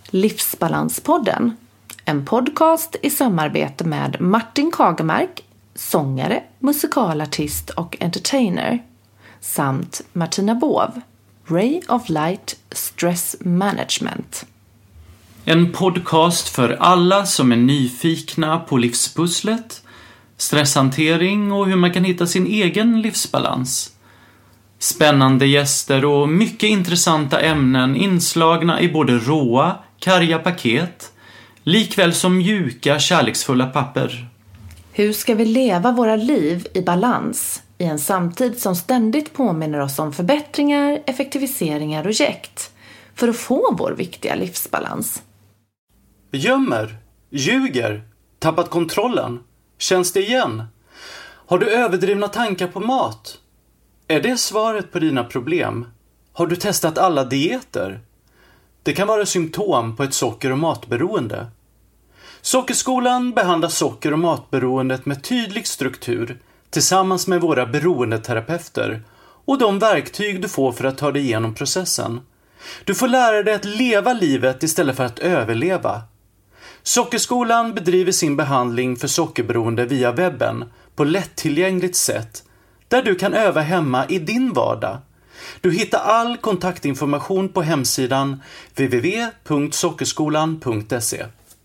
Livsbalanspodden, en podcast i samarbete med Martin Kagemark, sångare, musikalartist och entertainer, samt Martina Båv, Ray of Light Stress Management. En podcast för alla som är nyfikna på livspusslet, stresshantering och hur man kan hitta sin egen livsbalans. Spännande gäster och mycket intressanta ämnen inslagna i både råa, karga paket, likväl som mjuka, kärleksfulla papper. Hur ska vi leva våra liv i balans i en samtid som ständigt påminner oss om förbättringar, effektiviseringar och jäkt för att få vår viktiga livsbalans? Gömmer, ljuger, tappat kontrollen. Känns det igen? Har du överdrivna tankar på mat? Är det svaret på dina problem? Har du testat alla dieter? Det kan vara symptom på ett socker- och matberoende. Sockerskolan behandlar socker- och matberoendet med tydlig struktur tillsammans med våra beroendeterapeuter och de verktyg du får för att ta dig igenom processen. Du får lära dig att leva livet istället för att överleva. Sockerskolan bedriver sin behandling för sockerberoende via webben på lättillgängligt sätt där du kan öva hemma i din vardag. Du hittar all kontaktinformation på hemsidan www.sockerskolan.se.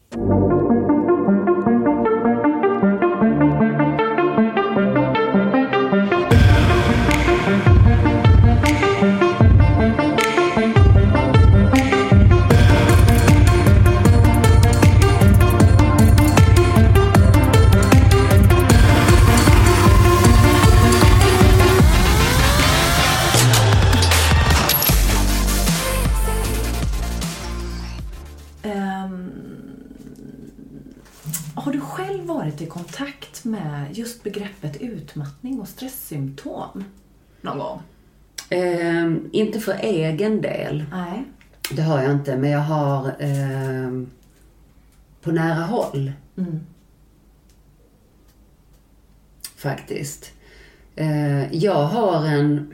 Har du själv varit i kontakt med just begreppet utmattning och stresssymptom någon gång? Inte för egen del. Nej. Det har jag inte, men jag har på nära håll. Faktiskt. Jag har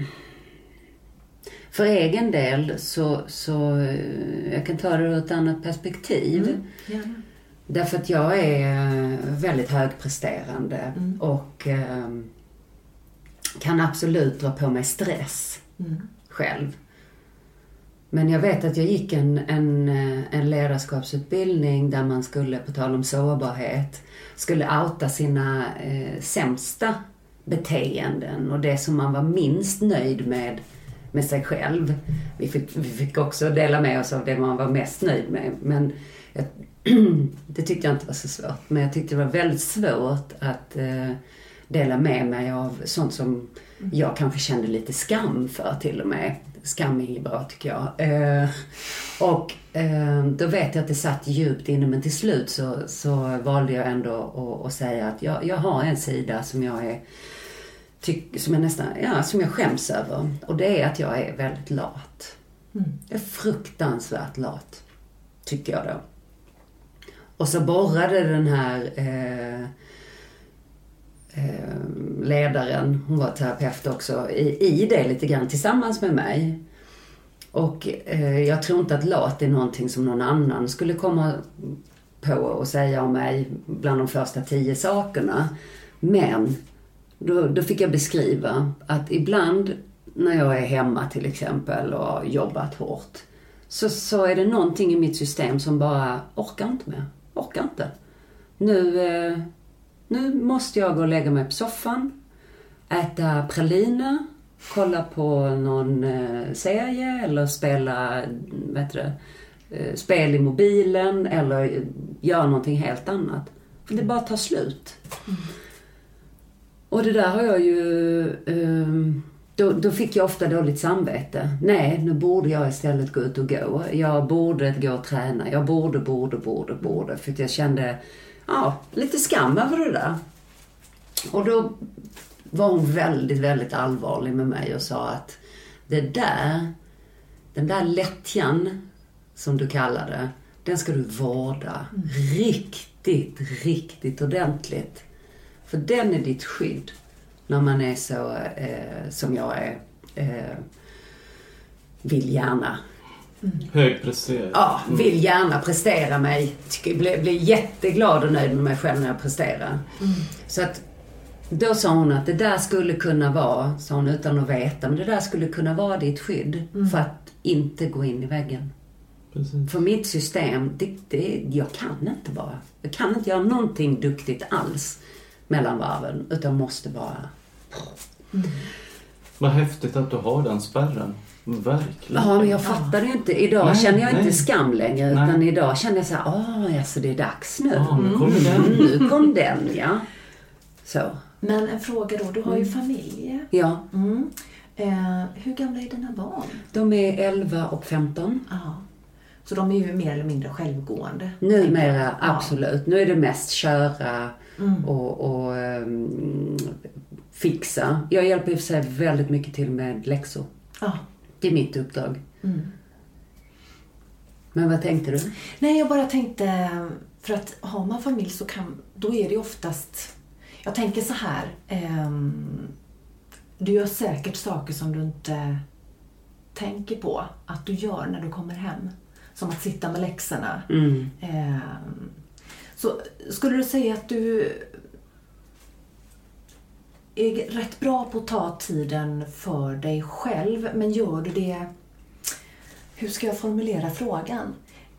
för egen del så jag kan ta det ur ett annat perspektiv. Gärna. Därför att jag är väldigt högpresterande och kan absolut dra på mig stress själv. Men jag vet att jag gick en ledarskapsutbildning där man skulle, på tal om sårbarhet, skulle outa sina sämsta beteenden och det som man var minst nöjd med sig själv. Vi fick också dela med oss av det man var mest nöjd med, men det tyckte jag inte var så svårt. Men jag tyckte det var väldigt svårt att dela med mig av sånt som jag kanske kände lite skam för till och med. Skam är bra tycker jag. Och då vet jag att det satt djupt inne, men till slut så valde jag ändå att säga att jag har en sida som jag som jag skäms över. Och det är att jag är väldigt lat. Jag är fruktansvärt lat, tycker jag då. Och så borrade den här ledaren, hon var terapeut också, i det lite grann tillsammans med mig. Och jag tror inte att lat är någonting som någon annan skulle komma på och säga om mig bland de första 10 sakerna. Men då fick jag beskriva att ibland när jag är hemma till exempel och har jobbat hårt så är det någonting i mitt system som bara orkar inte. Nu måste jag gå och lägga mig på soffan, äta praliner, kolla på någon serie eller spela spel i mobilen eller göra någonting helt annat. För det bara tar slut. Och det där har jag ju... Då fick jag ofta dåligt samvete. Nej, nu borde jag istället gå ut och gå. Jag borde gå och träna. Jag borde. För att jag kände lite skam över det där. Och då var hon väldigt, väldigt allvarlig med mig och sa att den där lättjan som du kallar det, den ska du vårda riktigt, riktigt ordentligt. För den är ditt skydd när man är så som jag är, vill gärna Högpresterar. Ja, vill gärna prestera mig. Blir jätteglad och nöjd med mig själv när jag presterar. Så att då sa hon att det där skulle kunna vara, sa hon utan att veta, men det där skulle kunna vara ditt skydd för att inte gå in i väggen. Precis. För mitt system, jag kan inte göra någonting duktigt alls mellan varven, utan måste bara... Vad häftigt att du har den spärren. Verkligen. Ja, men jag fattar ju inte. Idag känner jag inte skam längre, utan idag känner jag så här, alltså det är dags nu. Nu kommer den. Nu kom den, ja. Så. Men en fråga då, du har ju familj. Ja. Hur gamla är dina barn? De är 11 och 15. Ja. Så de är ju mer eller mindre självgående. Numera, absolut. Nu är det mest köra och fixa. Jag hjälper i och för sig väldigt mycket till med läxor. Ja. Det är mitt uppdrag. Men vad tänkte du? Nej, jag bara tänkte, för att har man familj så då är det oftast, jag tänker så här, du gör säkert saker som du inte tänker på att du gör när du kommer hem. Som att sitta med läxorna. Så skulle du säga att du är rätt bra på att ta tiden för dig själv, men gör du det, hur ska jag formulera frågan?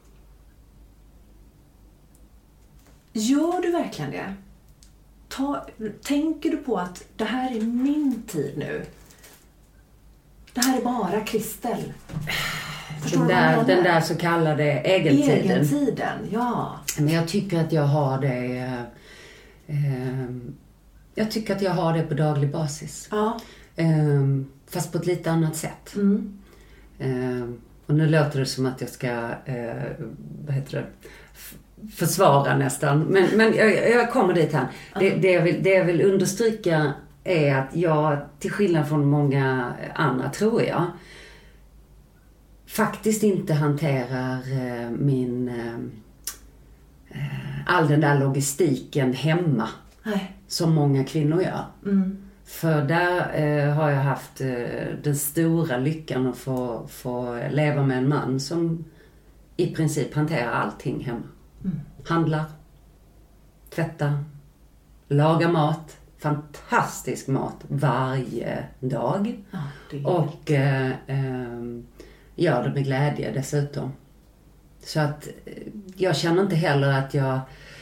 Gör du verkligen det? Tänker du på att det här är min tid nu? Det här är bara Kristel. Den där så kallade egentiden. Egentiden, ja. Men jag tycker att jag har det... jag tycker att jag har det på daglig basis. Ja. Fast på ett lite annat sätt. Och nu låter det som att jag ska... försvara nästan. Men jag kommer dit här. Det jag vill understryka är att jag, till skillnad från många andra tror jag, faktiskt inte hanterar all den där logistiken hemma. Nej. Som många kvinnor gör. För där har jag haft den stora lyckan att få leva med en man som i princip hanterar allting hemma. Handlar, tvättar, lagar mat, fantastisk mat varje dag. Och gör det med glädje dessutom. Så att jag känner inte heller att jag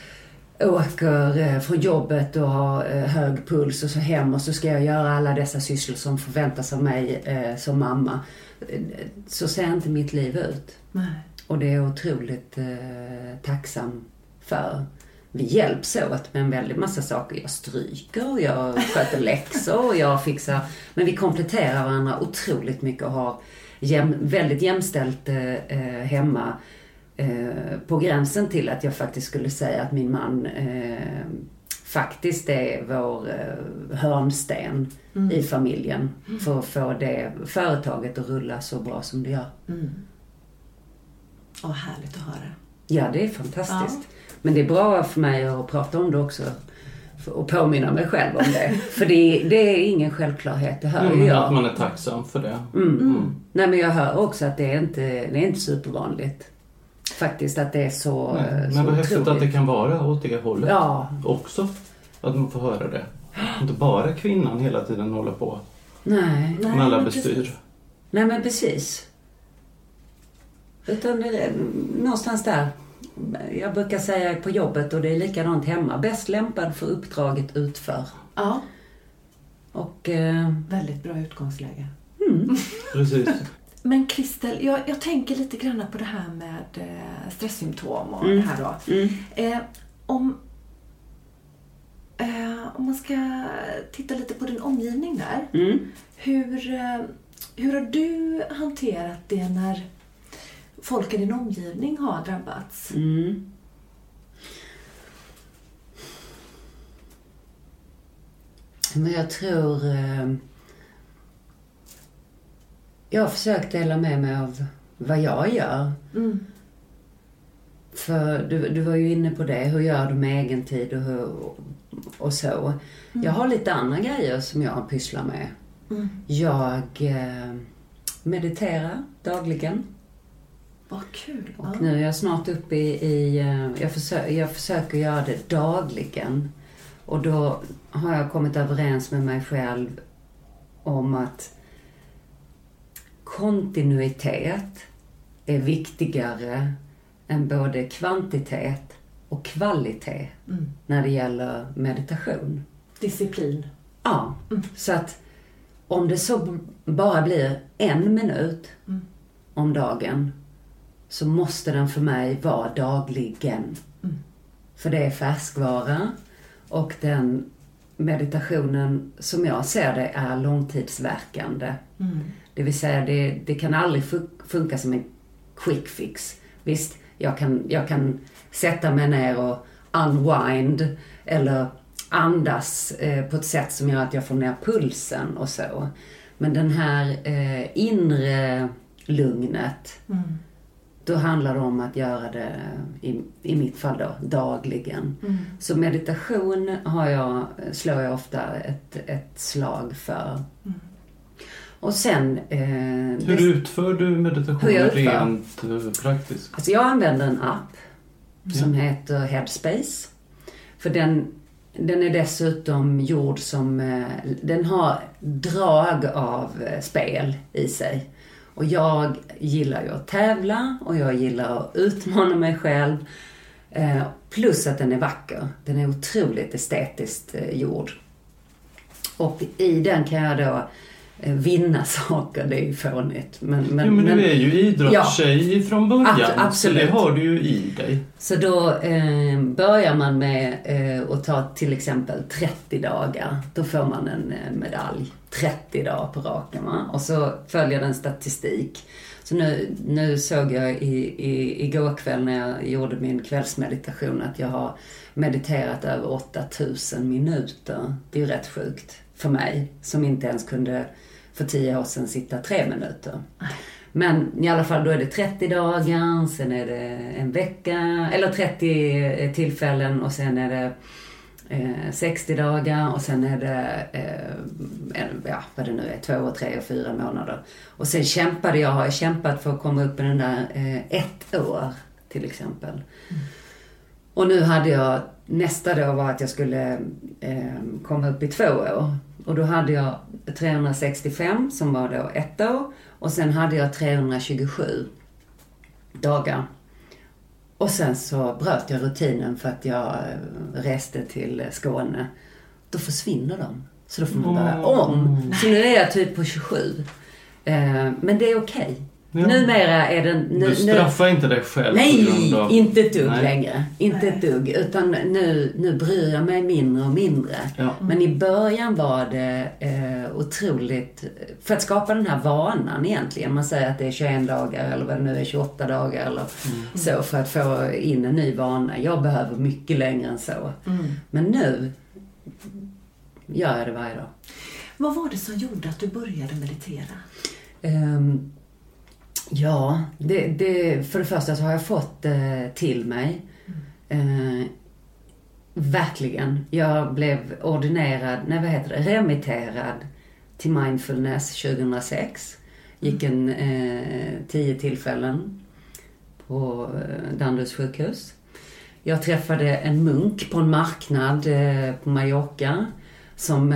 åker från jobbet och har hög puls och så hem och så ska jag göra alla dessa sysslor som förväntas av mig som mamma. Så ser inte mitt liv ut. Nej. Och det är jag otroligt tacksam för. Vi hjälps åt med en väldigt massa saker. Jag stryker, jag sköter läxor och jag fixar. Men vi kompletterar varandra otroligt mycket och har väldigt jämställt hemma. På gränsen till att jag faktiskt skulle säga att min man faktiskt är vår hörnsten i familjen. För att få det företaget att rulla så bra som det gör. Åh, härligt att höra. Ja, det är fantastiskt. Ja. Men det är bra för mig att prata om det också. Och påminna mig själv om det. För det är ingen självklarhet. Det hör ju jag. Att man är tacksam för det. Nej, men jag hör också att det är inte supervanligt. Faktiskt att det är så. Nej, men vad häftigt att det kan vara åt det hållet. Ja. Också. Att man får höra det. Inte bara kvinnan hela tiden håller på. Nej. Med alla bestyr. Nej, men precis. Utan det är någonstans där. Jag brukar säga på jobbet och det är likadant hemma. Bäst lämpad för uppdraget utför. Ja. Och väldigt bra utgångsläge. Precis. Men Kristel, jag tänker lite grann på det här med stresssymptom och det här då. Om man ska titta lite på din omgivning där. Hur har du hanterat det när folk i din omgivning har drabbats? Men jag tror... jag har försökt dela med mig av vad jag gör. För du var ju inne på det. Hur gör du med egen tid och så. Jag har lite andra grejer som jag pysslar med. Jag mediterar dagligen. Vad kul. Och nu är jag snart uppe jag försöker göra det dagligen. Och då har jag kommit överens med mig själv om att kontinuitet är viktigare än både kvantitet och kvalitet när det gäller meditation. Disciplin. Ja, så att om det så bara blir 1 minut om dagen så måste den för mig vara dagligen. För det är färskvara och den meditationen som jag ser det är långtidsverkande. Det vill säga det kan aldrig funka som en quick fix. Visst, jag kan sätta mig ner och unwind eller andas på ett sätt som gör att jag får ner pulsen och så. Men den här inre lugnet, då handlar det om att göra det, i mitt fall då, dagligen. Så meditation slår jag ofta ett slag för. Och sen... hur utför du meditationen rent praktiskt? Alltså jag använder en app som heter Headspace. För den är dessutom gjord som... den har drag av spel i sig. Och jag gillar ju att tävla och jag gillar att utmana mig själv. Plus att den är vacker. Den är otroligt estetiskt gjord. Och i den kan jag då vinna saker, det är ju fånigt. Men du är ju idrottstjej från början. Absolut. Så det har du ju i dig. Så då börjar man med att ta till exempel 30 dagar. Då får man en medalj. 30 dagar på raken, va? Och så följer den statistik. Så nu såg jag igår kväll när jag gjorde min kvällsmeditation att jag har mediterat över 8000 minuter. Det är ju rätt sjukt för mig som inte ens kunde för 10 år sedan sitta 3 minuter. Men i alla fall då är det 30 dagar, sen är det en vecka, eller 30 tillfällen och sen är det 60 dagar och sen är det vad det nu är, 2, 3 och 4 månader. Och sen har jag kämpat för att komma upp i den där 1 år till exempel. Och nu hade jag, nästa dag var att jag skulle komma upp i 2 år. Och då hade jag 365 som var då 1 år. Och sen hade jag 327 dagar. Och sen så bröt jag rutinen för att jag reste till Skåne. Då försvinner de. Så då får man börja om. Så nu är jag typ på 27. Men det är okej. Ja. Numera är den... Du straffar inte dig själv? Nej, inte ett dugg längre. Inte ett dugg. Utan nu bryr jag mig mindre och mindre. Ja. Men i början var det otroligt... För att skapa den här vanan egentligen. Man säger att det är 21 dagar eller vad det nu är, 28 dagar eller så. För att få in en ny vana. Jag behöver mycket längre än så. Men nu gör jag det varje dag. Vad var det som gjorde att du började meditera? Ja, för det första så har jag fått till mig. Verkligen. Jag blev remitterad till mindfulness 2006. Gick 10 tillfällen på Danderyds sjukhus. Jag träffade en munk på en marknad på Mallorca som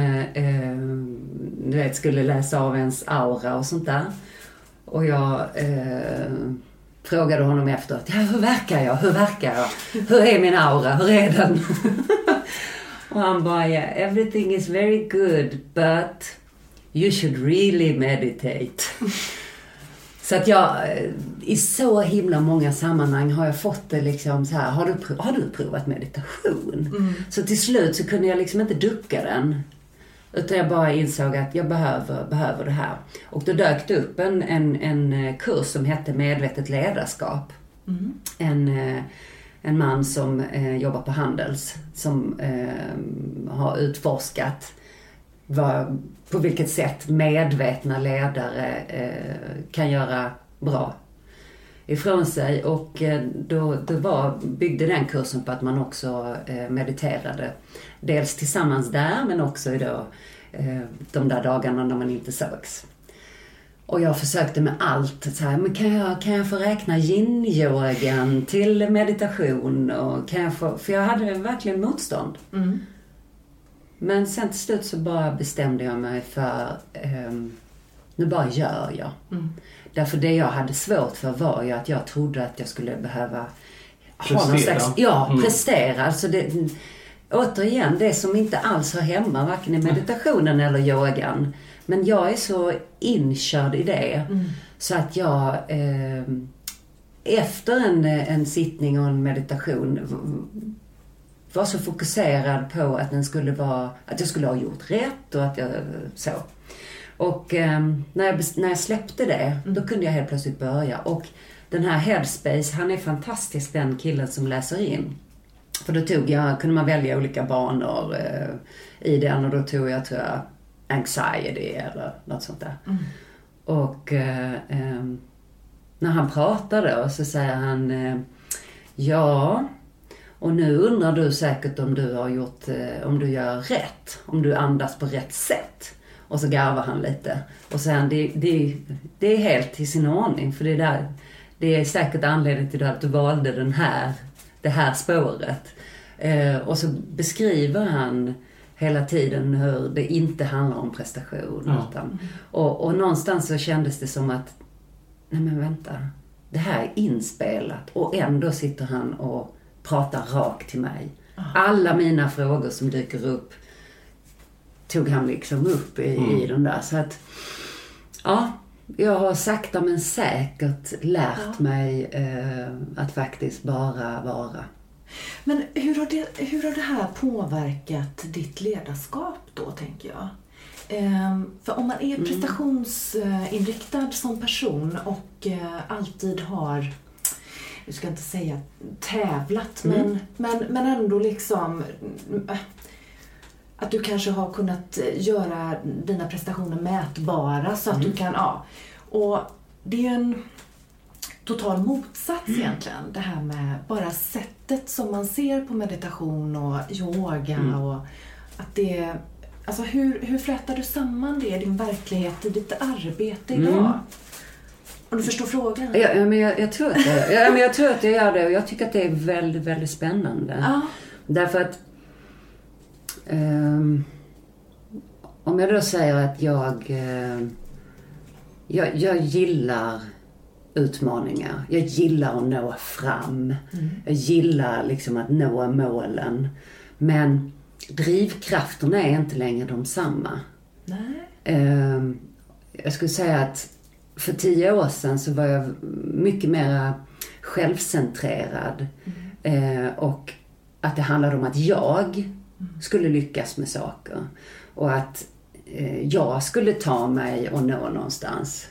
skulle läsa av ens aura och sånt där. Och jag frågade honom efteråt, hur verkar jag? Hur är min aura? Hur är den? Och han bara, everything is very good, but you should really meditate. Så att jag, i så himla många sammanhang har jag fått det liksom så här, har du provat meditation? Så till slut så kunde jag liksom inte ducka den. Utan jag bara insåg att jag behöver det här. Och då dök det upp en kurs som hette Medvetet ledarskap. En man som jobbar på Handels. Som har utforskat på vilket sätt medvetna ledare kan göra bra ifrån sig. Och då byggde den kursen på att man också mediterade. Dels tillsammans där, men också då, de där dagarna när man inte sågs. Och jag försökte med allt. Så här, men kan jag få räkna yin-yogan till meditation? Och för jag hade verkligen motstånd. Mm. Men sen till slut så bara bestämde jag mig för... nu bara gör jag. Mm. Därför det jag hade svårt för var ju att jag trodde att jag skulle behöva ha någon slags... prestera. Alltså återigen, det som inte alls hör hemma varken i meditationen eller yogan. Men jag är så inkörd i det. Mm. Så att jag efter en sittning och en meditation var så fokuserad på att att jag skulle ha gjort rätt och att jag så. Och när jag släppte det, då kunde jag helt plötsligt börja. Och den här Headspace, han är fantastisk, den killen som läser in. För då kunde man välja olika banor i den, och då tog jag, tror jag, anxiety eller något sånt där. Mm. Och när han pratar då så säger han ja, och nu undrar du säkert om om du gör rätt, om du andas på rätt sätt. Och så garvar han lite. Och sen det är helt i sin ordning, för det är säkert anledningen till att du valde det här spåret. Och så beskriver han hela tiden hur det inte handlar om prestation. Ja. Utan, och någonstans så kändes det som att, nej men vänta, det här är inspelat. Och ändå sitter han och pratar rakt till mig. Alla mina frågor som dyker upp tog han liksom upp i den där. Så att, ja, jag har sakta men säkert lärt mig att faktiskt bara vara. Men hur har det här påverkat ditt ledarskap då, tänker jag? För om man är prestationsinriktad som person och alltid har, jag ska inte säga tävlat, men ändå liksom att du kanske har kunnat göra dina prestationer mätbara så att du kan, och det är ju en total motsats egentligen, det här med bara sättet som man ser på meditation och yoga och att det, alltså hur flätar du samman det i din verklighet, i ditt arbete idag? Om du förstår frågan. Ja, men jag tror att jag gör det, och jag tycker att det är väldigt, väldigt spännande. Ja. Därför att om jag då säger att jag gillar utmaningar. Jag gillar att nå fram. Jag gillar liksom att nå målen. Men drivkrafterna är inte längre de samma. Nej. Jag skulle säga att för 10 år sedan så var jag mycket mer självcentrerad. Och att det handlade om att jag skulle lyckas med saker. Och att jag skulle ta mig och nå någonstans.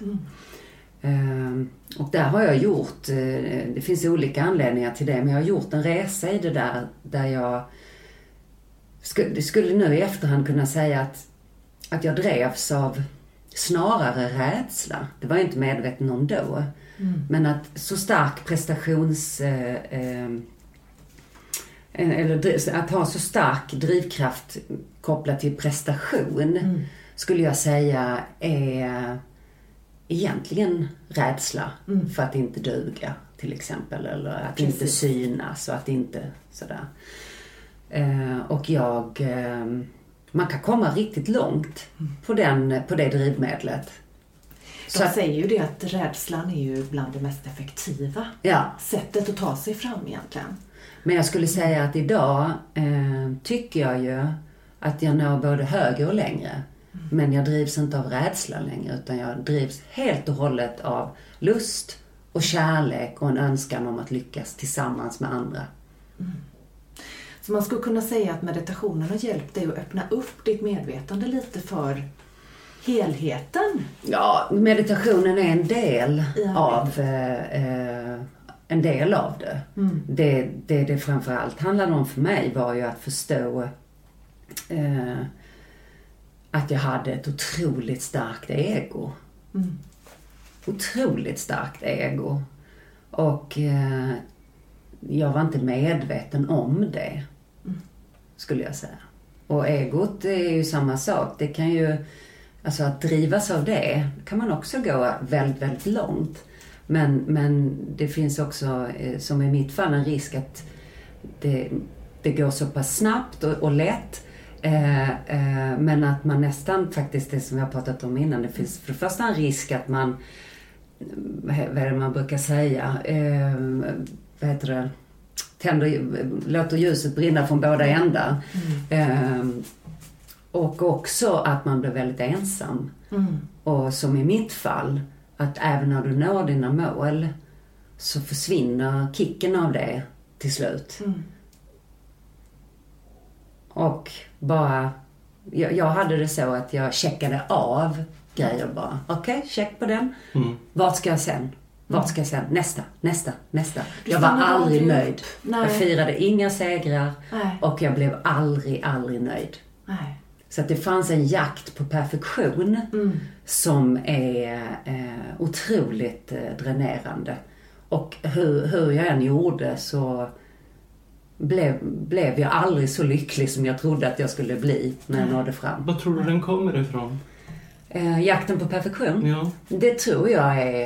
Och där har jag gjort, det finns olika anledningar till det, men jag har gjort en resa i det där jag skulle nu i efterhand kunna säga att jag drevs av snarare rädsla. Det var jag inte medveten om då. Men att så stark eller att ha så stark drivkraft kopplat till prestation skulle jag säga är egentligen rädsla för att inte duga till exempel, eller att inte synas och att inte sådär. Och man kan komma riktigt långt på det drivmedlet. De säger ju det att rädslan är ju bland det mest effektiva sättet att ta sig fram egentligen. Men jag skulle säga att idag tycker jag ju att jag når både högre och längre. Men jag drivs inte av rädsla längre, utan jag drivs helt och hållet av lust och kärlek och en önskan om att lyckas tillsammans med andra. Så man skulle kunna säga att meditationen har hjälpt dig att öppna upp ditt medvetande lite för helheten? Ja, meditationen är en del av det. Det framförallt handlade om för mig var ju att förstå att jag hade ett otroligt starkt ego. Otroligt starkt ego. Och jag var inte medveten om det, skulle jag säga. Och egot är ju samma sak. Det kan ju Alltså att drivas av det kan man också gå väldigt, väldigt långt. Men det finns också, som i mitt fall, en risk att det går så pass snabbt och lätt. Men att man nästan faktiskt, det som jag har pratat om innan, det finns för det första en risk att man, vad är det man brukar säga, vad heter det, låter ljuset brinna från båda ändar. Och också att man blir väldigt ensam. Och som i mitt fall, att även när du når dina mål så försvinner kicken av det till slut. Och bara, jag hade det så att jag checkade av grejer bara. Okej, check på den. Vart ska jag sen? Vart ska jag sen? Nästa. Jag var aldrig nöjd. Nej. Jag firade inga segrar. Nej. Och jag blev aldrig nöjd. Nej. Så att det fanns en jakt på perfektion som är otroligt dränerande. Och hur jag än gjorde så blev jag aldrig så lycklig som jag trodde att jag skulle bli när jag nådde fram. Vad tror du den kommer ifrån? Jakten på perfektion? Ja. Det tror jag är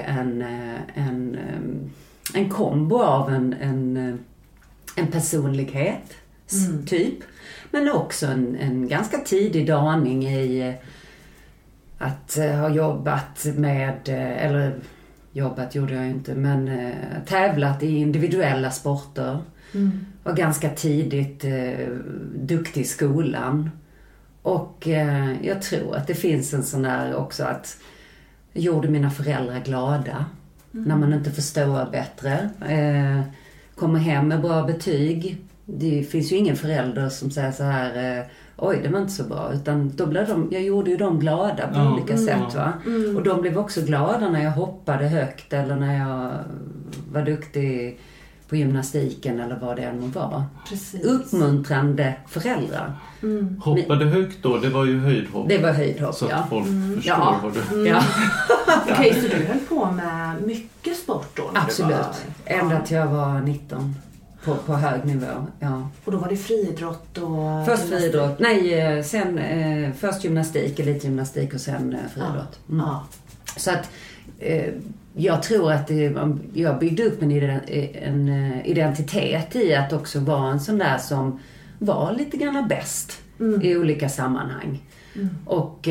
en kombo av en personlighet typ. Men också en ganska tidig daning i att ha jobbat med, eller jobbat gjorde jag inte, men tävlat i individuella sporter. Var ganska tidigt duktig i skolan. Och jag tror att det finns en sån här också att jag gjorde mina föräldrar glada. När man inte förstår bättre. Kommer hem med bra betyg. Det finns ju ingen förälder som säger så här, oj det var inte så bra. Utan då blev jag gjorde ju dem glada på olika sätt va. Och de blev också glada när jag hoppade högt eller när jag var duktig på gymnastiken eller vad det än var. Precis. Uppmuntrande föräldrar. Hoppade högt då, det var ju höjdhopp. Det var höjdhopp, så att folk förstår vad du... Ja. Okej, så du höll på med mycket sport då? Absolut. Ända till jag var 19. På hög nivå, ja. Och då var det friidrott och... Först friidrott, nej, sen först gymnastik, elitgymnastik och sen friidrott. Så att jag tror att jag byggde upp en identitet i att också vara en sån där som var lite grann bäst i olika sammanhang. Och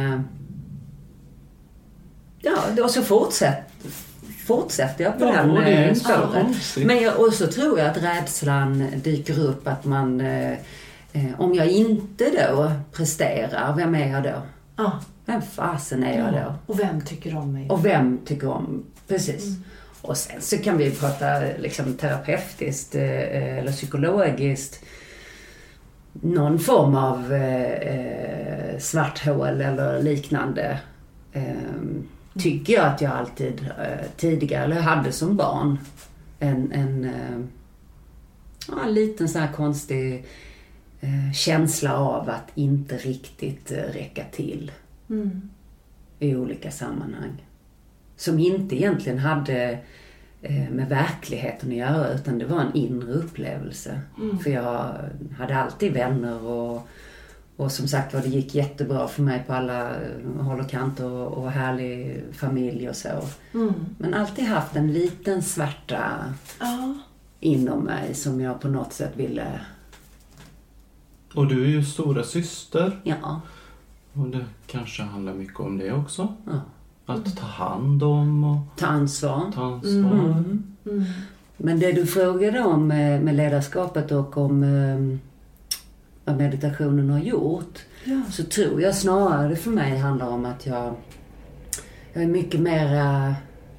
och så fortsätter jag på den spåret. Men och så tror jag att rädslan dyker upp att man om jag inte då presterar, vem är jag då? Vem fasen är jag då? Och vem tycker om mig? Och vem tycker om, precis. Och sen så kan vi prata liksom terapeutiskt eller psykologiskt, någon form av svart hål eller liknande. Tycker jag att jag alltid tidigare, eller hade som barn, en liten så här konstig känsla av att inte riktigt räcka till i olika sammanhang. Som inte egentligen hade med verkligheten att göra, utan det var en inre upplevelse. För jag hade alltid vänner och som sagt det gick jättebra för mig på alla håll och kanter och härlig familj och så. Men alltid haft en liten svarta inom mig som jag på något sätt ville. Och du är ju stora syster. Ja. Och det kanske handlar mycket om det också. Ja. Att ta hand om och ta ansvar. Men det du frågade om med ledarskapet och om vad meditationen har gjort, så tror jag snarare för mig handlar om att jag är mycket mer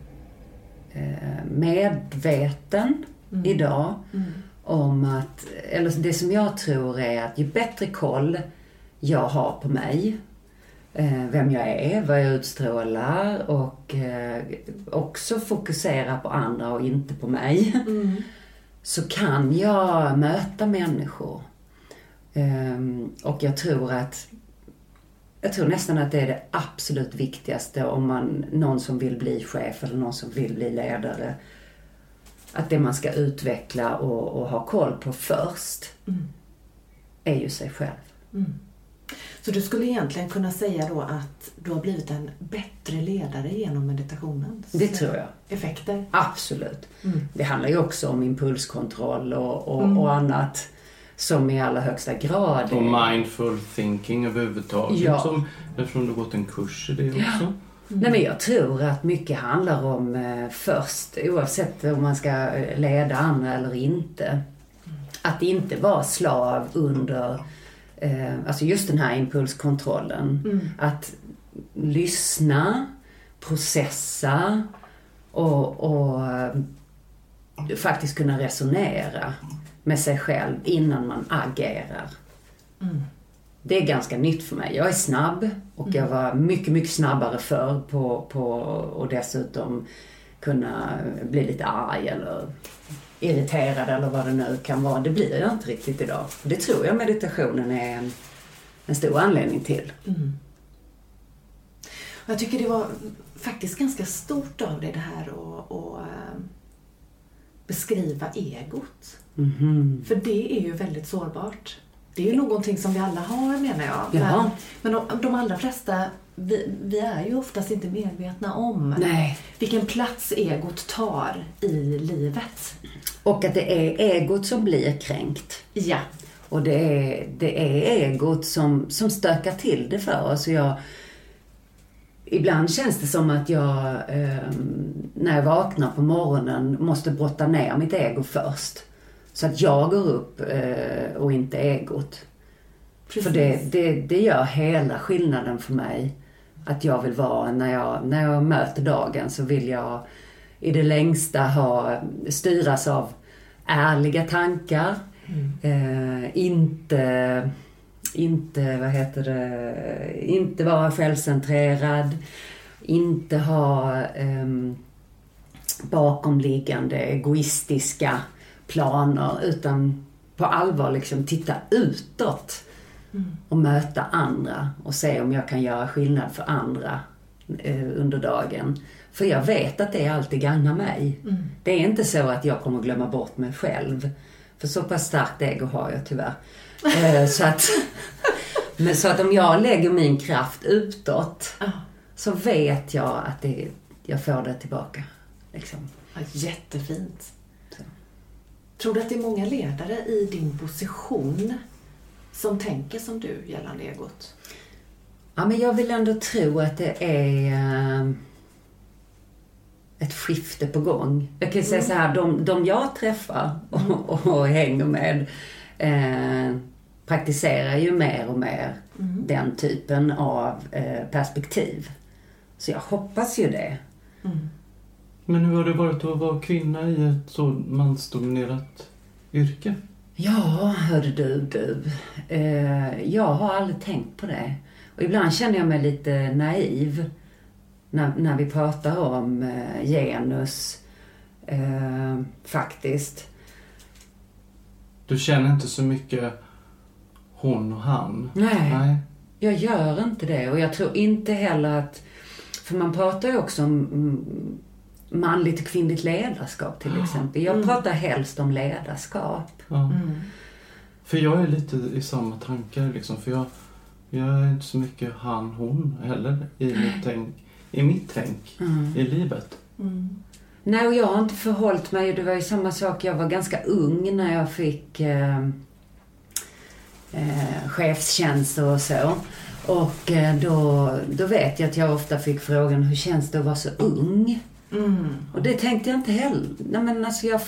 medveten idag om att, eller det som jag tror är att ju bättre koll jag har på mig, vem jag är, vad jag utstrålar och också fokusera på andra och inte på mig, så kan jag möta människor. Och jag tror nästan att det är det absolut viktigaste om någon som vill bli chef eller någon som vill bli ledare, att det man ska utveckla och ha koll på först är ju sig själv. Så du skulle egentligen kunna säga då att du har blivit en bättre ledare genom meditationens Det tror jag. effekter? Absolut. Det handlar ju också om impulskontroll och annat som i allra högsta grad Och mindful thinking överhuvudtaget. Ja. Eftersom du gått en kurs i det också. Nej, men jag tror att mycket handlar om först, oavsett om man ska leda andra eller inte, att inte vara slav under alltså just den här impulskontrollen. Att lyssna, processa och faktiskt kunna resonera med sig själv innan man agerar. Det är ganska nytt för mig. Jag är snabb och jag var mycket, mycket snabbare förr på och dessutom kunna bli lite arg eller irriterad eller vad det nu kan vara. Det blir jag inte riktigt idag. Det tror jag meditationen är en stor anledning till. Jag tycker det var faktiskt ganska stort av dig det här att beskriva egot. För det är ju väldigt sårbart. Det är ju någonting som vi alla har, menar jag. Ja. Men de allra flesta, vi är ju oftast inte medvetna om vilken plats egot tar i livet. Och att det är egot som blir kränkt. Ja. Och det är egot som stökar till det för oss. Ibland känns det som att jag, när jag vaknar på morgonen, måste brotta ner mitt ego först. Så att jag går upp och inte egot. Precis. För det gör hela skillnaden för mig. Att jag vill vara, när jag möter dagen så vill jag i det längsta styras av ärliga tankar. Inte vara självcentrerad. Inte ha bakomliggande egoistiska planer, utan på allvar liksom titta utåt och möta andra och se om jag kan göra skillnad för andra under dagen. För jag vet att det alltid gagnar mig. Det är inte så att jag kommer glömma bort mig själv. För så pass starkt ego har jag tyvärr. Så att om jag lägger min kraft utåt så vet jag att jag får det tillbaka. Liksom. Ja, jättefint. Tror du att det är många ledare i din position som tänker som du gällande egot? Ja, men jag vill ändå tro att det är ett skifte på gång. Jag kan säga så här, de jag träffar och hänger med praktiserar ju mer och mer den typen av perspektiv. Så jag hoppas ju det. Men hur har det varit att vara kvinna i ett så mansdominerat yrke? Ja, hörde du. Jag har aldrig tänkt på det. Och ibland känner jag mig lite naiv när vi pratar om genus faktiskt. Du känner inte så mycket hon och han? Nej, jag gör inte det. Och jag tror inte heller att... För man pratar ju också om manligt och kvinnligt ledarskap till exempel. Jag pratar helst om ledarskap. Ja. För jag är lite i samma tankar liksom. För jag är inte så mycket han, hon heller i mitt tänk i livet. Nej, och jag har inte förhållit mig. Det var ju samma sak. Jag var ganska ung när jag fick chefstjänster och så. Och då vet jag att jag ofta fick frågan, hur känns det att vara så ung? Och det tänkte jag inte heller. Nej, men alltså jag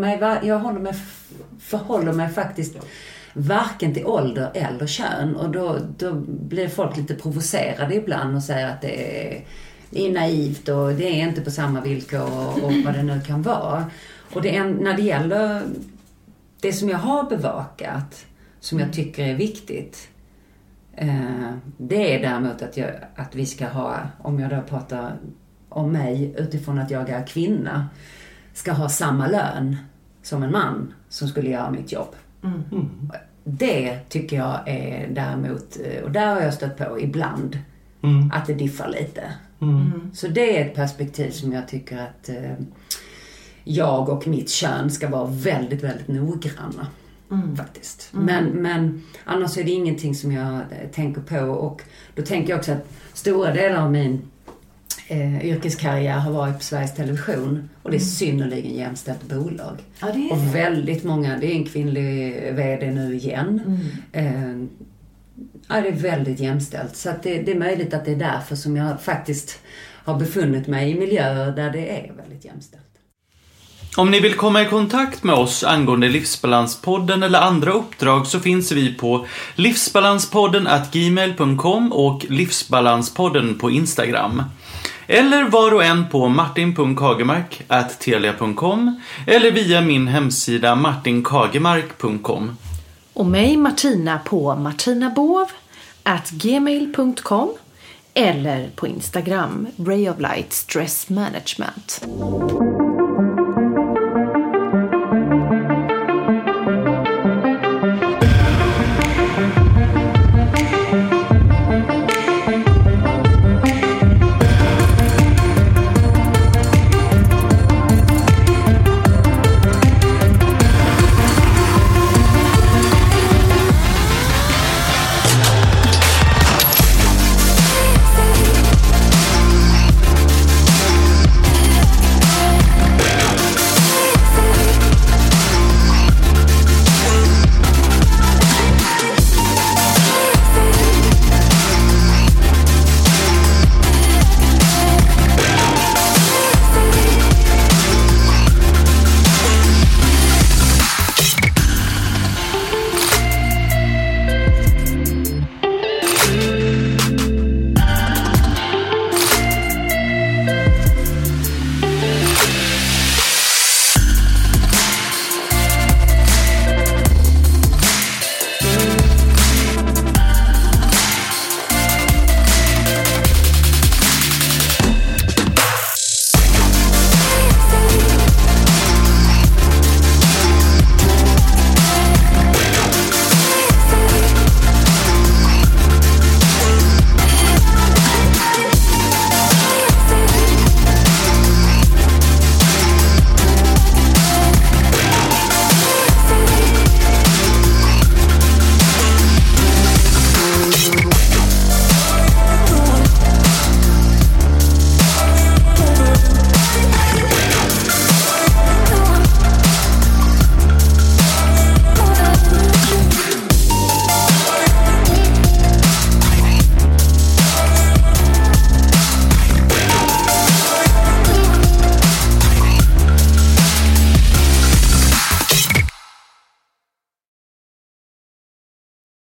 förhåller mig faktiskt varken till ålder eller kön. Och då blir folk lite provocerade ibland och säger att det är naivt och det är inte på samma villkor och vad det nu kan vara. Och när det gäller det som jag har bevakat, som jag tycker är viktigt, det är däremot att vi ska ha, om jag då pratar om mig utifrån att jag är kvinna, ska ha samma lön som en man som skulle göra mitt jobb. Det tycker jag är däremot, och där har jag stött på ibland, att det diffar lite. Så det är ett perspektiv som jag tycker att jag och mitt kön ska vara väldigt, väldigt noggranna. faktiskt. Men annars är det ingenting som jag tänker på. Och då tänker jag också att stora delar av min yrkeskarriär har varit på Sveriges Television. Och det är synnerligen jämställt bolag. Ja, det är och väldigt många, det är en kvinnlig vd nu igen. Ja, det är väldigt jämställt. Så att det är möjligt att det är därför som jag faktiskt har befunnit mig i miljöer där det är väldigt jämställt. Om ni vill komma i kontakt med oss angående Livsbalanspodden eller andra uppdrag så finns vi på livsbalanspodden@gmail.com och Livsbalanspodden på Instagram. Eller var och en på martin.kagemark@telia.com eller via min hemsida martinkagemark.com. Och mig Martina på martinabov@gmail.com eller på Instagram Ray of Light Stress Management.